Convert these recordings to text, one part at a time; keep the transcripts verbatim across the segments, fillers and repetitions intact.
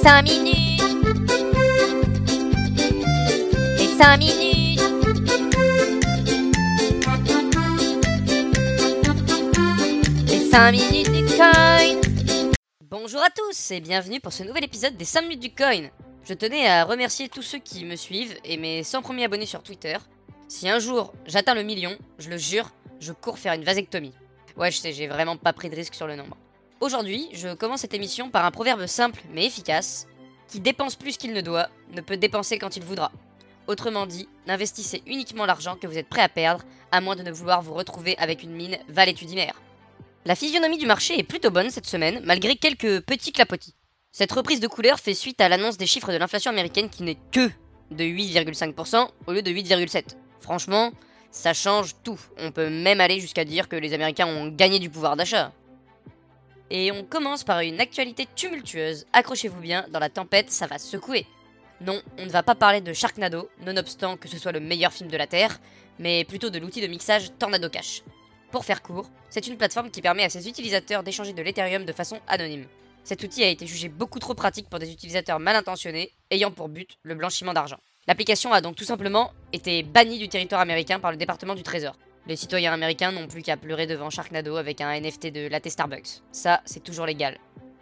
cinq minutes. Les cinq minutes. Les cinq minutes du coin. Bonjour à tous et bienvenue pour ce nouvel épisode des cinq minutes du coin. Je tenais à remercier tous ceux qui me suivent et mes cent premiers abonnés sur Twitter. Si un jour j'atteins le million, je le jure, je cours faire une vasectomie. Ouais, je sais, j'ai vraiment pas pris de risque sur le nombre. Aujourd'hui, je commence cette émission par un proverbe simple mais efficace. Qui dépense plus qu'il ne doit, ne peut dépenser quand il voudra. Autrement dit, n'investissez uniquement l'argent que vous êtes prêt à perdre, à moins de ne vouloir vous retrouver avec une mine valétudinaire. La physionomie du marché est plutôt bonne cette semaine, malgré quelques petits clapotis. Cette reprise de couleur fait suite à l'annonce des chiffres de l'inflation américaine qui n'est que de huit virgule cinq pour cent au lieu de huit virgule sept pour cent. Franchement, ça change tout. On peut même aller jusqu'à dire que les Américains ont gagné du pouvoir d'achat. Et on commence par une actualité tumultueuse. Accrochez-vous bien, dans la tempête, ça va secouer. Non, on ne va pas parler de Sharknado, nonobstant que ce soit le meilleur film de la Terre, mais plutôt de l'outil de mixage Tornado Cash. Pour faire court, c'est une plateforme qui permet à ses utilisateurs d'échanger de l'Ethereum de façon anonyme. Cet outil a été jugé beaucoup trop pratique pour des utilisateurs mal intentionnés, ayant pour but le blanchiment d'argent. L'application a donc tout simplement été bannie du territoire américain par le département du Trésor. Les citoyens américains n'ont plus qu'à pleurer devant Sharknado avec un N F T de latte Starbucks. Ça, c'est toujours légal.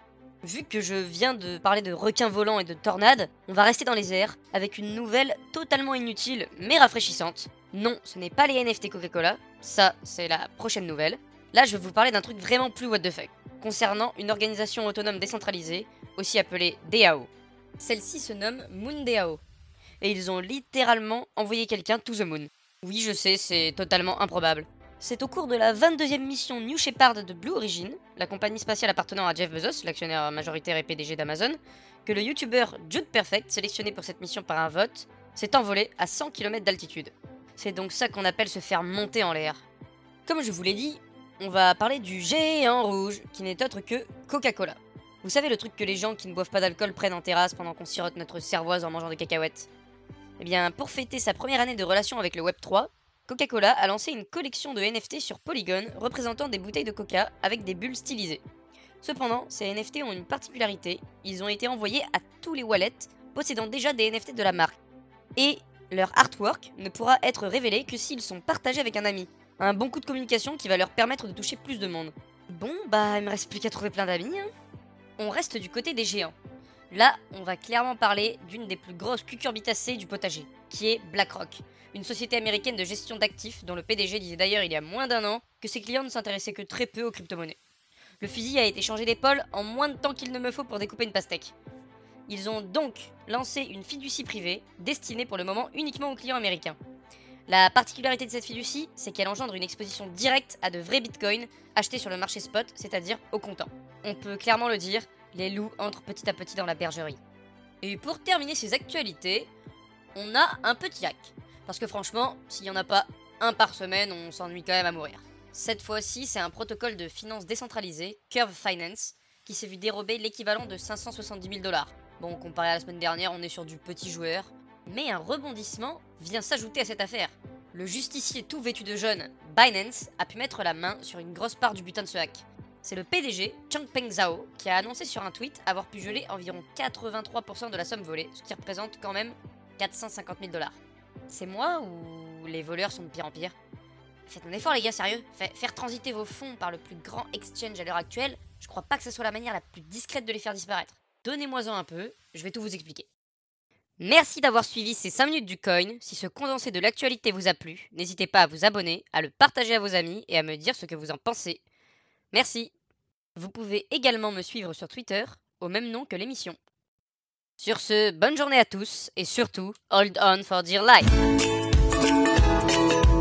Vu que je viens de parler de requins volants et de tornades, on va rester dans les airs avec une nouvelle totalement inutile mais rafraîchissante. Non, ce n'est pas les N F T Coca-Cola, ça c'est la prochaine nouvelle. Là, je vais vous parler d'un truc vraiment plus what the fuck, concernant une organisation autonome décentralisée, aussi appelée D A O. Celle-ci se nomme MoonDAO. Et ils ont littéralement envoyé quelqu'un to the moon. Oui, je sais, c'est totalement improbable. C'est au cours de la vingt-deuxième mission New Shepard de Blue Origin, la compagnie spatiale appartenant à Jeff Bezos, l'actionnaire majoritaire et P D G d'Amazon, que le youtubeur Jude Perfect, sélectionné pour cette mission par un vote, s'est envolé à cent kilomètres d'altitude. C'est donc ça qu'on appelle se faire monter en l'air. Comme je vous l'ai dit, on va parler du géant rouge, qui n'est autre que Coca-Cola. Vous savez le truc que les gens qui ne boivent pas d'alcool prennent en terrasse pendant qu'on sirote notre cervoise en mangeant des cacahuètes? Eh bien, pour fêter sa première année de relation avec le web trois, Coca-Cola a lancé une collection de N F T sur Polygon représentant des bouteilles de coca avec des bulles stylisées. Cependant, ces N F T ont une particularité, ils ont été envoyés à tous les wallets possédant déjà des N F T de la marque. Et leur artwork ne pourra être révélé que s'ils sont partagés avec un ami. Un bon coup de communication qui va leur permettre de toucher plus de monde. Bon, bah il me reste plus qu'à trouver plein d'amis. Hein. On reste du côté des géants. Là, on va clairement parler d'une des plus grosses cucurbitacées du potager, qui est BlackRock, une société américaine de gestion d'actifs dont le P D G disait d'ailleurs il y a moins d'un an que ses clients ne s'intéressaient que très peu aux crypto-monnaies. Le fusil a été changé d'épaule en moins de temps qu'il ne me faut pour découper une pastèque. Ils ont donc lancé une fiducie privée, destinée pour le moment uniquement aux clients américains. La particularité de cette fiducie, c'est qu'elle engendre une exposition directe à de vrais bitcoins achetés sur le marché spot, c'est-à-dire au comptant. On peut clairement le dire, les loups entrent petit à petit dans la bergerie. Et pour terminer ces actualités, on a un petit hack. Parce que franchement, s'il n'y en a pas un par semaine, on s'ennuie quand même à mourir. Cette fois-ci, c'est un protocole de finance décentralisé, Curve Finance, qui s'est vu dérober l'équivalent de cinq cent soixante-dix mille dollars. Bon, comparé à la semaine dernière, on est sur du petit joueur. Mais un rebondissement vient s'ajouter à cette affaire. Le justicier tout vêtu de jaune, Binance, a pu mettre la main sur une grosse part du butin de ce hack. C'est le P D G, Changpeng Zhao, qui a annoncé sur un tweet avoir pu geler environ quatre-vingt-trois pour cent de la somme volée, ce qui représente quand même quatre cent cinquante mille dollars. C'est moi ou les voleurs sont de pire en pire? Faites un effort les gars, sérieux. Faire transiter vos fonds par le plus grand exchange à l'heure actuelle, je crois pas que ce soit la manière la plus discrète de les faire disparaître. Donnez-moi-en un peu, je vais tout vous expliquer. Merci d'avoir suivi ces cinq minutes du coin. Si ce condensé de l'actualité vous a plu, n'hésitez pas à vous abonner, à le partager à vos amis et à me dire ce que vous en pensez. Merci. Vous pouvez également me suivre sur Twitter, au même nom que l'émission. Sur ce, bonne journée à tous, et surtout, hold on for dear life.